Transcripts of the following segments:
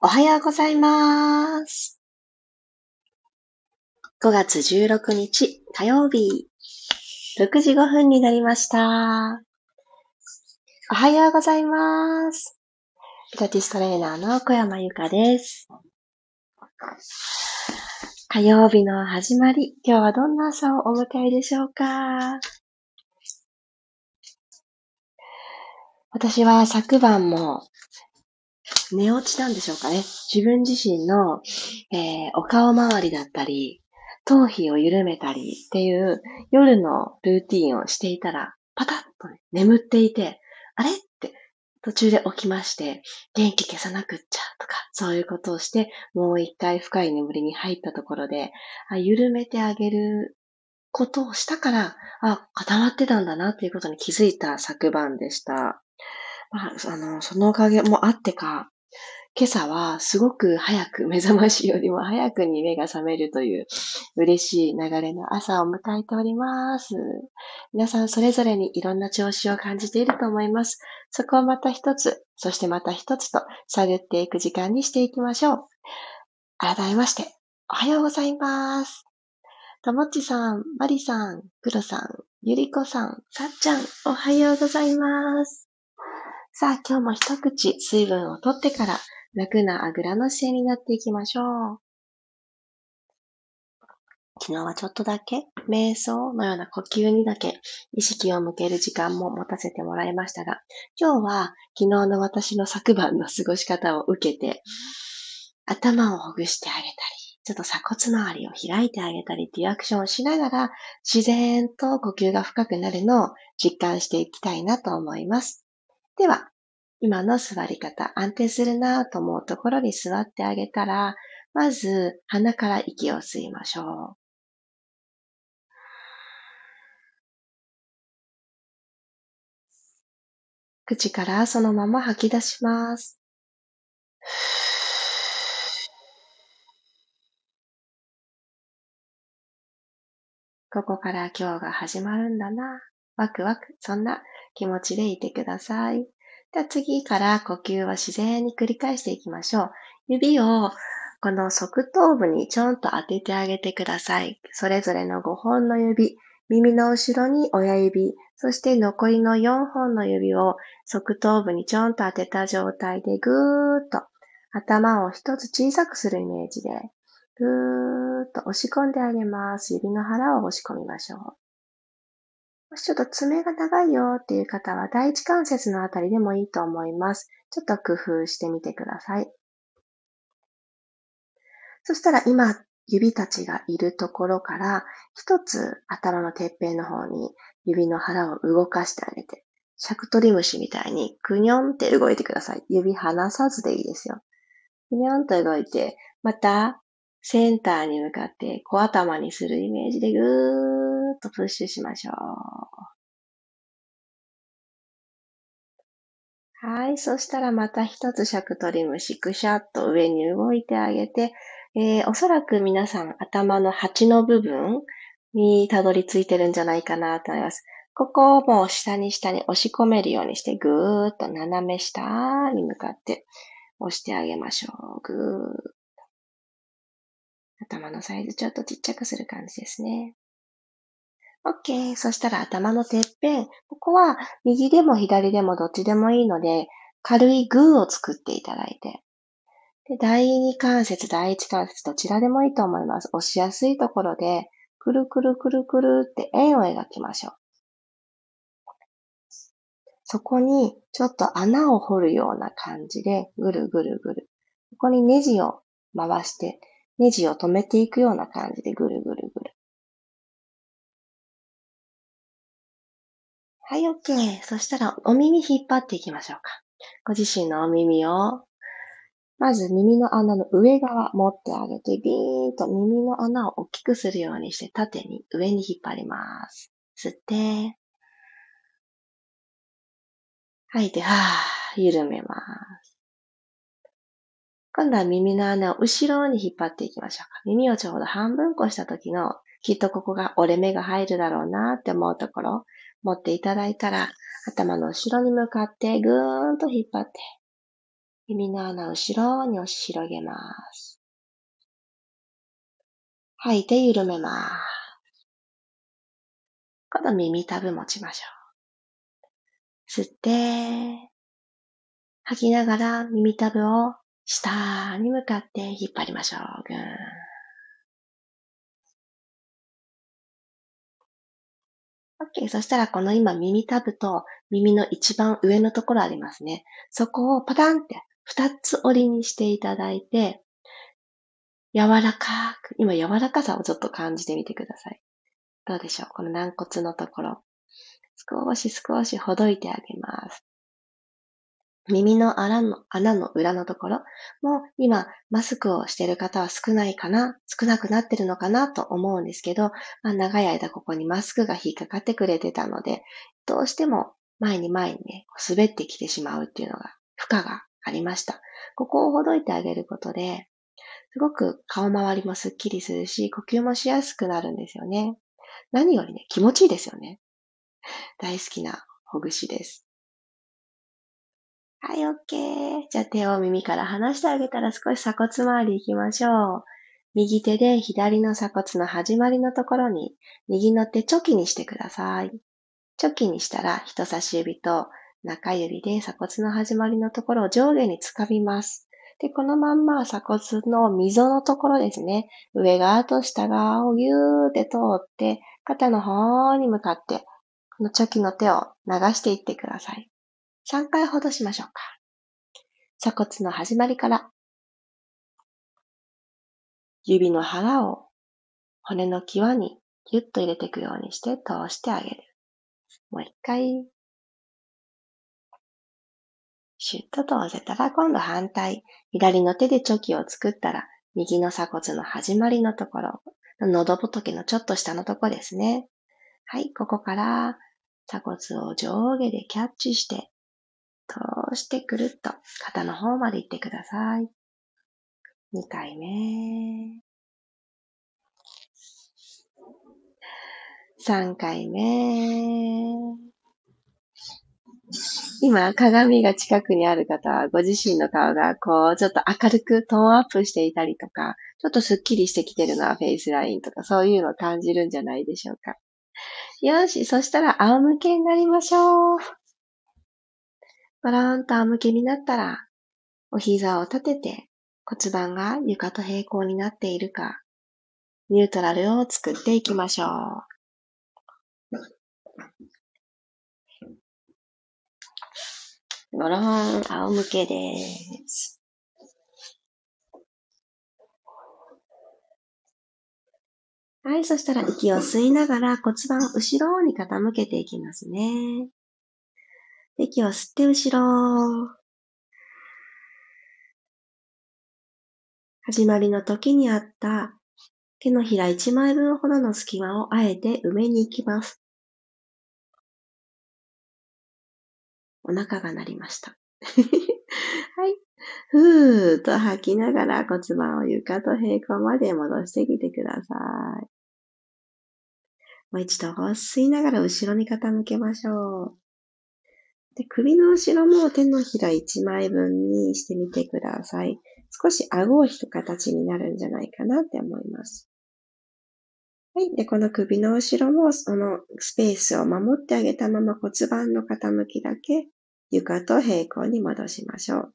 おはようございます。5月16日火曜日、6時5分になりました。おはようございます。ピラティストレーナーの小山由かです。火曜日の始まり、今日はどんな朝をお迎えでしょうか。私は昨晩も寝落ちなんでしょうかね。自分自身の、お顔周りだったり、頭皮を緩めたりっていう夜のルーティンをしていたら、パタッとね、眠っていて、あれって途中で起きまして、元気消さなくっちゃとか、そういうことをして、もう一回深い眠りに入ったところで、緩めてあげることをしたから、固まってたんだなっていうことに気づいた昨晩でした。そのおかげもあってか、今朝はすごく早く、目覚ましよりも早くに目が覚めるという嬉しい流れの朝を迎えております。皆さんそれぞれにいろんな調子を感じていると思います。そこをまた一つ、そしてまた一つと探っていく時間にしていきましょう。改めまして、おはようございます。ともっちさん、まりさん、くろさん、ゆりこさん、さっちゃん、おはようございます。さあ、今日も一口水分を取ってから楽なあぐらの姿勢になっていきましょう。昨日はちょっとだけ瞑想のような呼吸にだけ意識を向ける時間も持たせてもらいましたが、今日は昨日の私の昨晩の過ごし方を受けて、頭をほぐしてあげたり、ちょっと鎖骨周りを開いてあげたりっていうアクションをしながら、自然と呼吸が深くなるのを実感していきたいなと思います。では、今の座り方、安定するなと思うところに座ってあげたら、まず鼻から息を吸いましょう。口からそのまま吐き出します。ここから今日が始まるんだな。ワクワク、そんな気持ちでいてください。では次から呼吸は自然に繰り返していきましょう。指をこの側頭部にちょんと当ててあげてください。それぞれの5本の指、耳の後ろに親指、そして残りの4本の指を側頭部にちょんと当てた状態でぐーっと頭を一つ小さくするイメージでぐーっと押し込んであげます。指の腹を押し込みましょう。もしちょっと爪が長いよっていう方は第一関節のあたりでもいいと思います。ちょっと工夫してみてください。そしたら今、指たちがいるところから一つ頭のてっぺんの方に指の腹を動かしてあげて、シャクトリムシみたいにくにょんって動いてください。指離さずでいいですよ。くにょんと動いて、またセンターに向かって小頭にするイメージでぐーっとプッシュしましょう。はい。そしたらまた一つシャクトリムシ、くしゃっと上に動いてあげて、おそらく皆さん頭の鉢の部分にたどり着いてるんじゃないかなと思います。ここをもう下に押し込めるようにして、ぐーっと斜め下に向かって押してあげましょう。ぐー。頭のサイズちょっとちっちゃくする感じですね。OK。そしたら頭のてっぺん。ここは右でも左でもどっちでもいいので、軽いグーを作っていただいて。で、第二関節、第一関節、どちらでもいいと思います。押しやすいところで、くるくるくるくるって円を描きましょう。そこにちょっと穴を掘るような感じで、ぐるぐるぐる。ここにネジを回して、ネジを止めていくような感じで、ぐるぐるぐる。はい、OK。そしたら、お耳引っ張っていきましょうか。ご自身のお耳を、まず耳の穴の上側持ってあげて、ビーンと耳の穴を大きくするようにして、縦に上に引っ張ります。吸って、吐いて、緩めます。今度は耳の穴を後ろに引っ張っていきましょうか。耳をちょうど半分こした時の、きっとここが折れ目が入るだろうなって思うところ、持っていただいたら、頭の後ろに向かってぐーんと引っ張って、 耳の穴を後ろに押し広げます。吐いて緩めます。今度耳たぶ持ちましょう。吸って、吐きながら耳たぶを下に向かって引っ張りましょう。ぐーん。OK。そしたらこの今耳たぶと耳の一番上のところありますね。そこをパタンって二つ折りにしていただいて、柔らかく、今柔らかさをちょっと感じてみてください。どうでしょう？この軟骨のところ。少しほどいてあげます。耳の穴の裏のところも今マスクをしている方は少ないかな、少なくなってるのかなと思うんですけど、長い間ここにマスクが引っかかってくれてたので、どうしても前にね、滑ってきてしまうっていうのが、負荷がありました。ここをほどいてあげることで、すごく顔周りもスッキリするし、呼吸もしやすくなるんですよね。何よりね、気持ちいいですよね。大好きなほぐしです。はい、OK。じゃあ手を耳から離してあげたら少し鎖骨周り行きましょう。右手で左の鎖骨の始まりのところに、右の手チョキにしてください。チョキにしたら人差し指と中指で鎖骨の始まりのところを上下につかみます。で、このまんま鎖骨の溝のところですね。上側と下側をぎゅーって通って、肩の方に向かって、このチョキの手を流していってください。3回ほどしましょうか。鎖骨の始まりから指の腹を骨の際にギュッと入れていくようにして通してあげる。もう一回。シュッと通せたら今度反対。左の手でチョキを作ったら右の鎖骨の始まりのところ、喉仏のちょっと下のところですね。はい、ここから鎖骨を上下でキャッチして通してくるっと肩の方まで行ってください。2回目。3回目。今、鏡が近くにある方は、ご自身の顔が、ちょっと明るくトーンアップしていたりとか、ちょっとスッキリしてきてるのはフェイスラインとか、そういうのを感じるんじゃないでしょうか。よし、そしたら仰向けになりましょう。バラーンと仰向けになったら、お膝を立てて骨盤が床と平行になっているか、ニュートラルを作っていきましょう。ゴロン、仰向けです。はい、そしたら息を吸いながら骨盤後ろに傾けていきますね。息を吸って後ろ。始まりの時にあった手のひら1枚分ほどの隙間をあえて埋めに行きます。お腹が鳴りました。はい。ふーっと吐きながら骨盤を床と平行まで戻してきてください。もう一度吸いながら後ろに傾けましょう。で、首の後ろも手のひら1枚分にしてみてください。少し顎を引く形になるんじゃないかなって思います。はい。で、この首の後ろもそのスペースを守ってあげたまま骨盤の傾きだけ床と平行に戻しましょう。も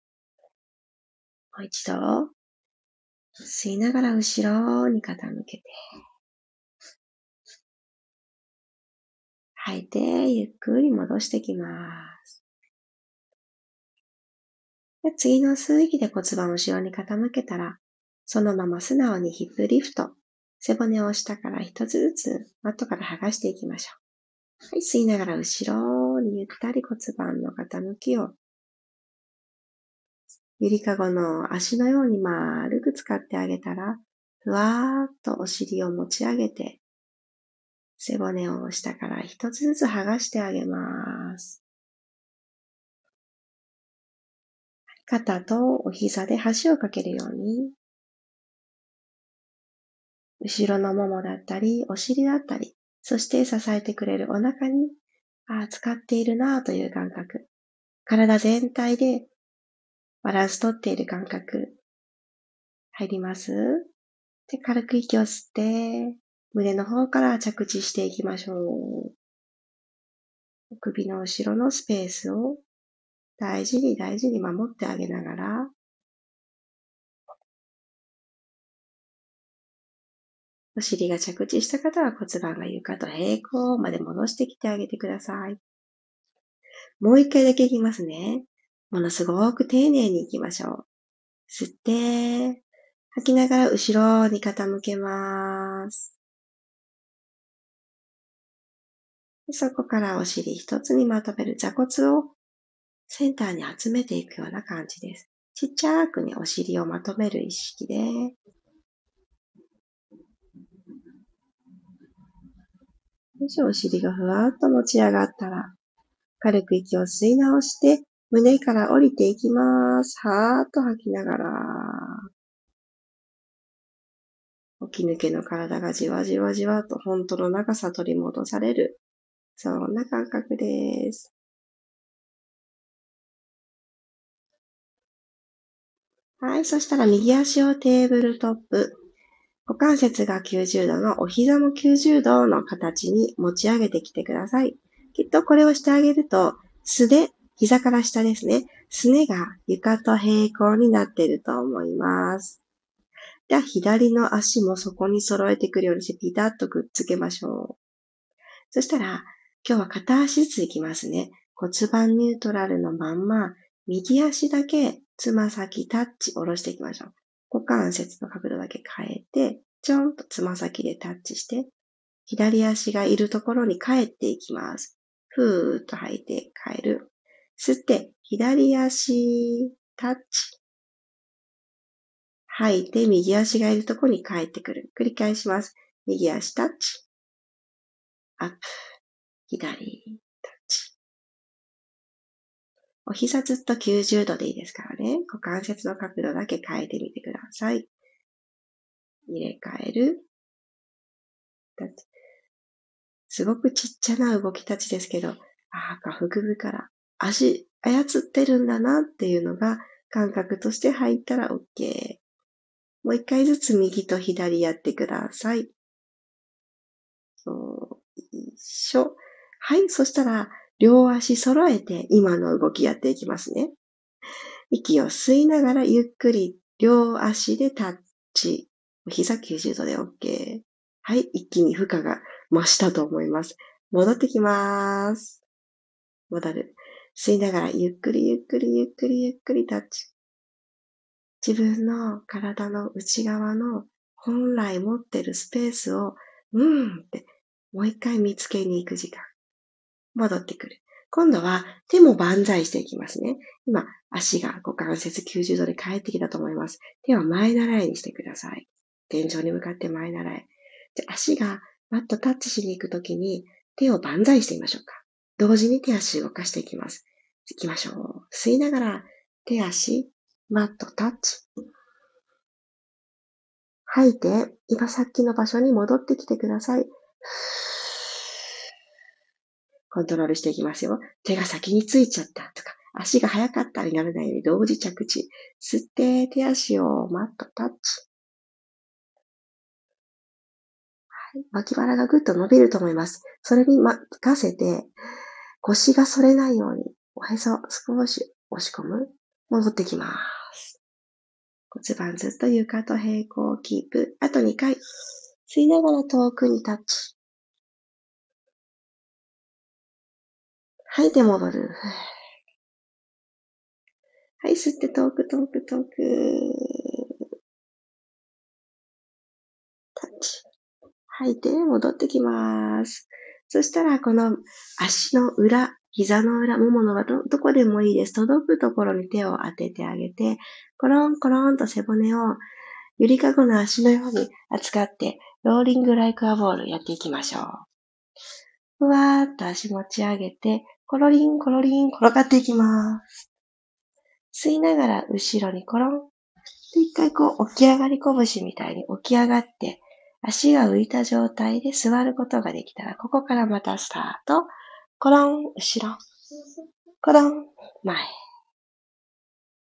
う一度、吸いながら後ろに傾けて、吐いてゆっくり戻してきます。で、次の吸う息で骨盤を後ろに傾けたら、そのまま素直にヒップリフト、背骨を下から一つずつマットから剥がしていきましょう。はい、吸いながら後ろにゆったり骨盤の傾きを、ゆりかごの足のように丸く使ってあげたら、ふわーっとお尻を持ち上げて、背骨を下から一つずつ剥がしてあげます。肩とお膝で橋をかけるように、後ろのももだったり、お尻だったり、そして支えてくれるお腹に、使っているなという感覚。体全体でバランス取っている感覚、入ります？で、軽く息を吸って、胸の方から着地していきましょう。首の後ろのスペースを大事に大事に守ってあげながら、お尻が着地した方は骨盤が床と平行まで戻してきてあげてください。もう一回だけいきますね。ものすごく丁寧にいきましょう。吸って、吐きながら後ろに傾けます。そこからお尻一つにまとめる座骨をセンターに集めていくような感じです。ちっちゃくね、お尻をまとめる意識で、もしお尻がふわっと持ち上がったら、軽く息を吸い直して、胸から降りていきます。はーっと吐きながら、起き抜けの体がじわじわじわと本当の長さ取り戻される。そんな感覚です。はい。そしたら右足をテーブルトップ。股関節が90度のお膝も90度の形に持ち上げてきてください。きっとこれをしてあげると、素で、膝から下ですね。すねが床と平行になっていると思います。では、左の足もそこに揃えてくるようにしてピタッとくっつけましょう。そしたら、今日は片足ずついきますね。骨盤ニュートラルのまんま、右足だけつま先タッチ下ろしていきましょう。股関節の角度だけ変えて、ちょんとつま先でタッチして、左足がいるところに帰っていきます。ふーっと吐いて帰る。吸って、左足タッチ。吐いて、右足がいるところに帰ってくる。繰り返します。右足タッチ。アップ。左タッチ。お膝ずっと90度でいいですからね。股関節の角度だけ変えてみてください。入れ替える。すごくちっちゃな動きたちですけど、下腹部から足操ってるんだなっていうのが感覚として入ったら OK。もう一回ずつ右と左やってください。よいしょ。はい。そしたら、両足揃えて今の動きやっていきますね。息を吸いながらゆっくり両足でタッチ。膝90度で OK。はい。一気に負荷が増したと思います。戻ってきます。戻る。吸いながらゆっくりゆっくりゆっくりゆっくりタッチ。自分の体の内側の本来持ってるスペースを、ってもう一回見つけに行く時間。戻ってくる。今度は手も万歳していきますね。今、足が股関節90度で帰ってきたと思います。手は前習いにしてください。天井に向かって前習い。で、足がマットタッチしに行くときに手を万歳してみましょうか。同時に手足動かしていきます。行きましょう。吸いながら手足、マットタッチ。吐いて、今さっきの場所に戻ってきてください。コントロールしていきますよ。手が先についちゃったとか、足が速かったにならないように同時着地。吸って手足をマットタッチ。はい、脇腹がぐっと伸びると思います。それに任せて、腰が反れないように、おへそ少し押し込む。戻ってきます。骨盤ずっと床と平行をキープ。あと2回。吸いながら遠くにタッチ。吐いて戻る。はい、吸って遠く遠く遠く。タッチ。吐いて戻ってきます。そしたら、この足の裏、膝の裏、ももの裏、どこでもいいです。届くところに手を当ててあげて、コロンコロンと背骨をゆりかごの足のように扱って、ローリングライクアボールやっていきましょう。ふわーっと足持ち上げて、コロリンコロリン転がっていきます。吸いながら後ろにコロン。で、一回起き上がり拳みたいに起き上がって、足が浮いた状態で座ることができたら、ここからまたスタート。コロン、後ろ。コロン、前。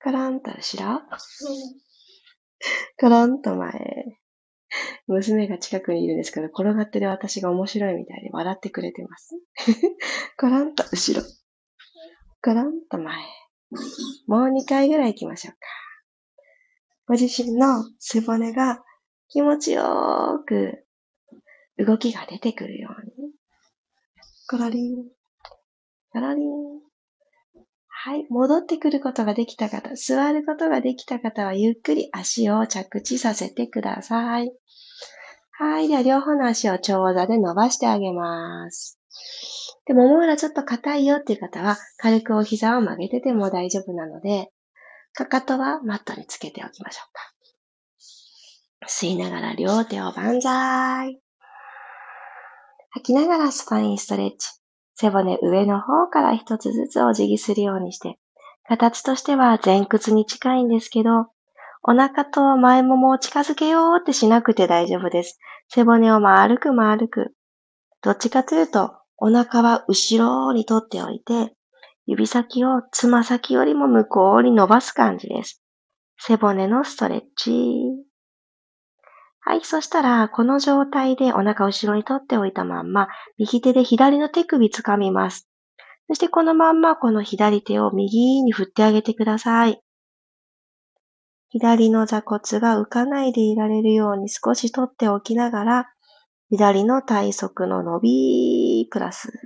カランと後ろ。カランと前。娘が近くにいるんですけど、転がってる私が面白いみたいで笑ってくれてます。カランと後ろ。カランと前。もう2回ぐらい行きましょうか。ご自身の背骨が気持ちよーく動きが出てくるように。コロリン、コロリン。はい。戻ってくることができた方、座ることができた方はゆっくり足を着地させてください。はい。では両方の足を長座で伸ばしてあげます。で、もも裏ちょっと硬いよっていう方は軽くお膝を曲げてても大丈夫なので、かかとはマットにつけておきましょうか。吸いながら両手を万歳。吐きながらスパインストレッチ。背骨上の方から一つずつお辞儀するようにして、形としては前屈に近いんですけど、お腹と前ももを近づけようってしなくて大丈夫です。背骨を丸く丸く。どっちかというと、お腹は後ろに取っておいて、指先をつま先よりも向こうに伸ばす感じです。背骨のストレッチ。はい、そしたら、この状態でお腹を後ろに取っておいたまんま、右手で左の手首掴みます。そしてこのまんま、この左手を右に振ってあげてください。左の座骨が浮かないでいられるように少し取っておきながら、左の体側の伸びプラス。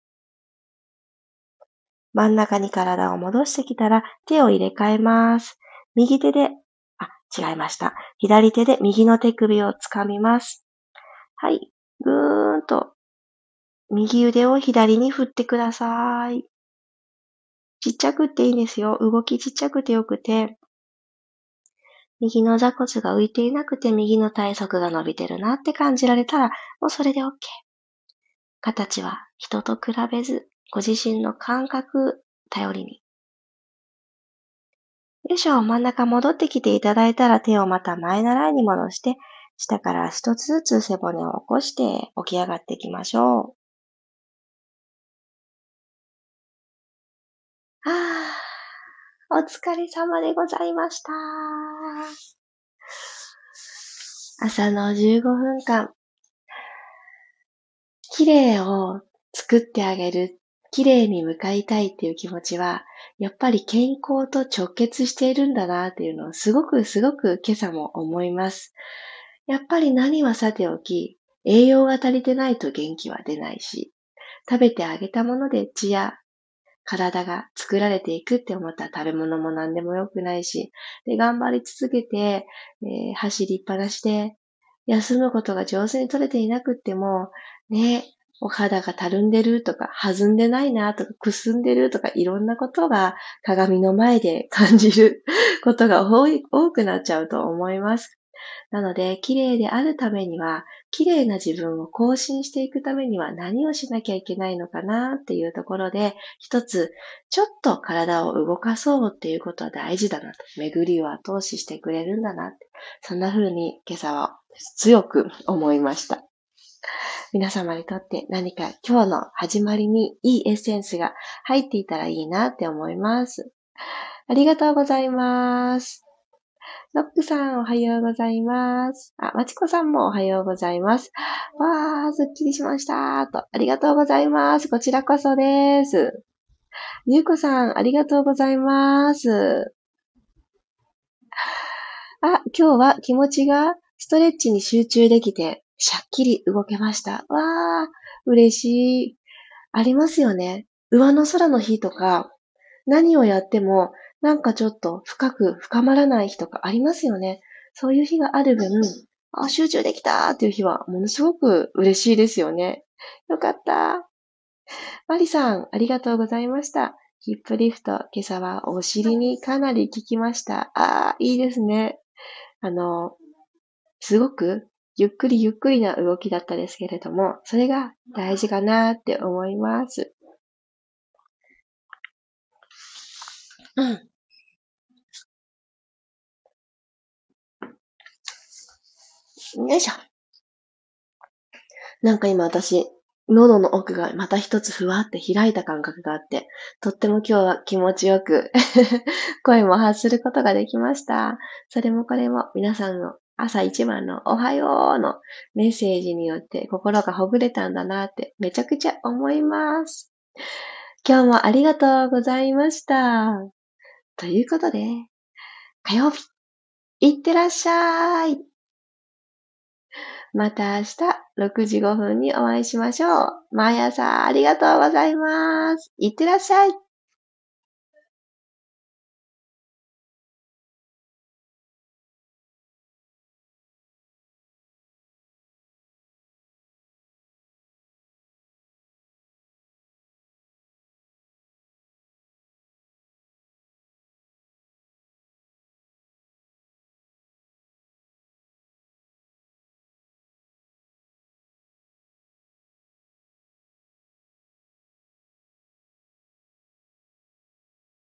真ん中に体を戻してきたら手を入れ替えます。右手で、違いました。左手で右の手首を掴みます。はい。ぐーんと右腕を左に振ってください。ちっちゃくていいんですよ。動きちっちゃくてよくて、右の座骨が浮いていなくて右の体側が伸びてるなって感じられたら、もうそれで OK。形は人と比べず、ご自身の感覚頼りに。よいしょ、真ん中戻ってきていただいたら手をまた前習いに戻して、下から一つずつ背骨を起こして起き上がっていきましょう。お疲れ様でございました。朝の15分間、綺麗を作ってあげる、綺麗に向かいたいっていう気持ちは、やっぱり健康と直結しているんだなっていうのをすごく今朝も思います。やっぱり何はさておき、栄養が足りてないと元気は出ないし、食べてあげたもので血や体が作られていくって思ったら食べ物も何でも良くないし、で頑張り続けて、走りっぱなしで、休むことが上手に取れていなくっても、ね、お肌がたるんでるとか、弾んでないなとか、くすんでるとか、いろんなことが鏡の前で感じることが多くなっちゃうと思います。なので、綺麗であるためには、綺麗な自分を更新していくためには何をしなきゃいけないのかなっていうところで、一つ、ちょっと体を動かそうっていうことは大事だなと。巡りを後押ししてくれるんだなって。そんな風に今朝は強く思いました。皆様にとって何か今日の始まりにいいエッセンスが入っていたらいいなって思います。ありがとうございます。ロックさんおはようございます。まちこさんもおはようございます。わー、すっきりしました。と、ありがとうございます。こちらこそです。ゆうこさん、ありがとうございます。今日は気持ちがストレッチに集中できて、しゃっきり動けました。わー、嬉しい。ありますよね。上の空の日とか、何をやっても、なんかちょっと深まらない日とかありますよね。そういう日がある分、集中できたっていう日は、ものすごく嬉しいですよね。よかった。マリさん、ありがとうございました。ヒップリフト、今朝はお尻にかなり効きました。いいですね。すごくゆっくりゆっくりな動きだったですけれども、それが大事かなって思います。うん。よいしょ。なんか今私、 喉の奥がまた一つふわって開いた感覚があって、とっても今日は気持ちよく声も発することができました。それもこれも皆さんの朝一番のおはようのメッセージによって心がほぐれたんだなってめちゃくちゃ思います。今日もありがとうございました。ということで、火曜日、いってらっしゃい。また明日6時5分にお会いしましょう。毎朝ありがとうございます。いってらっしゃい。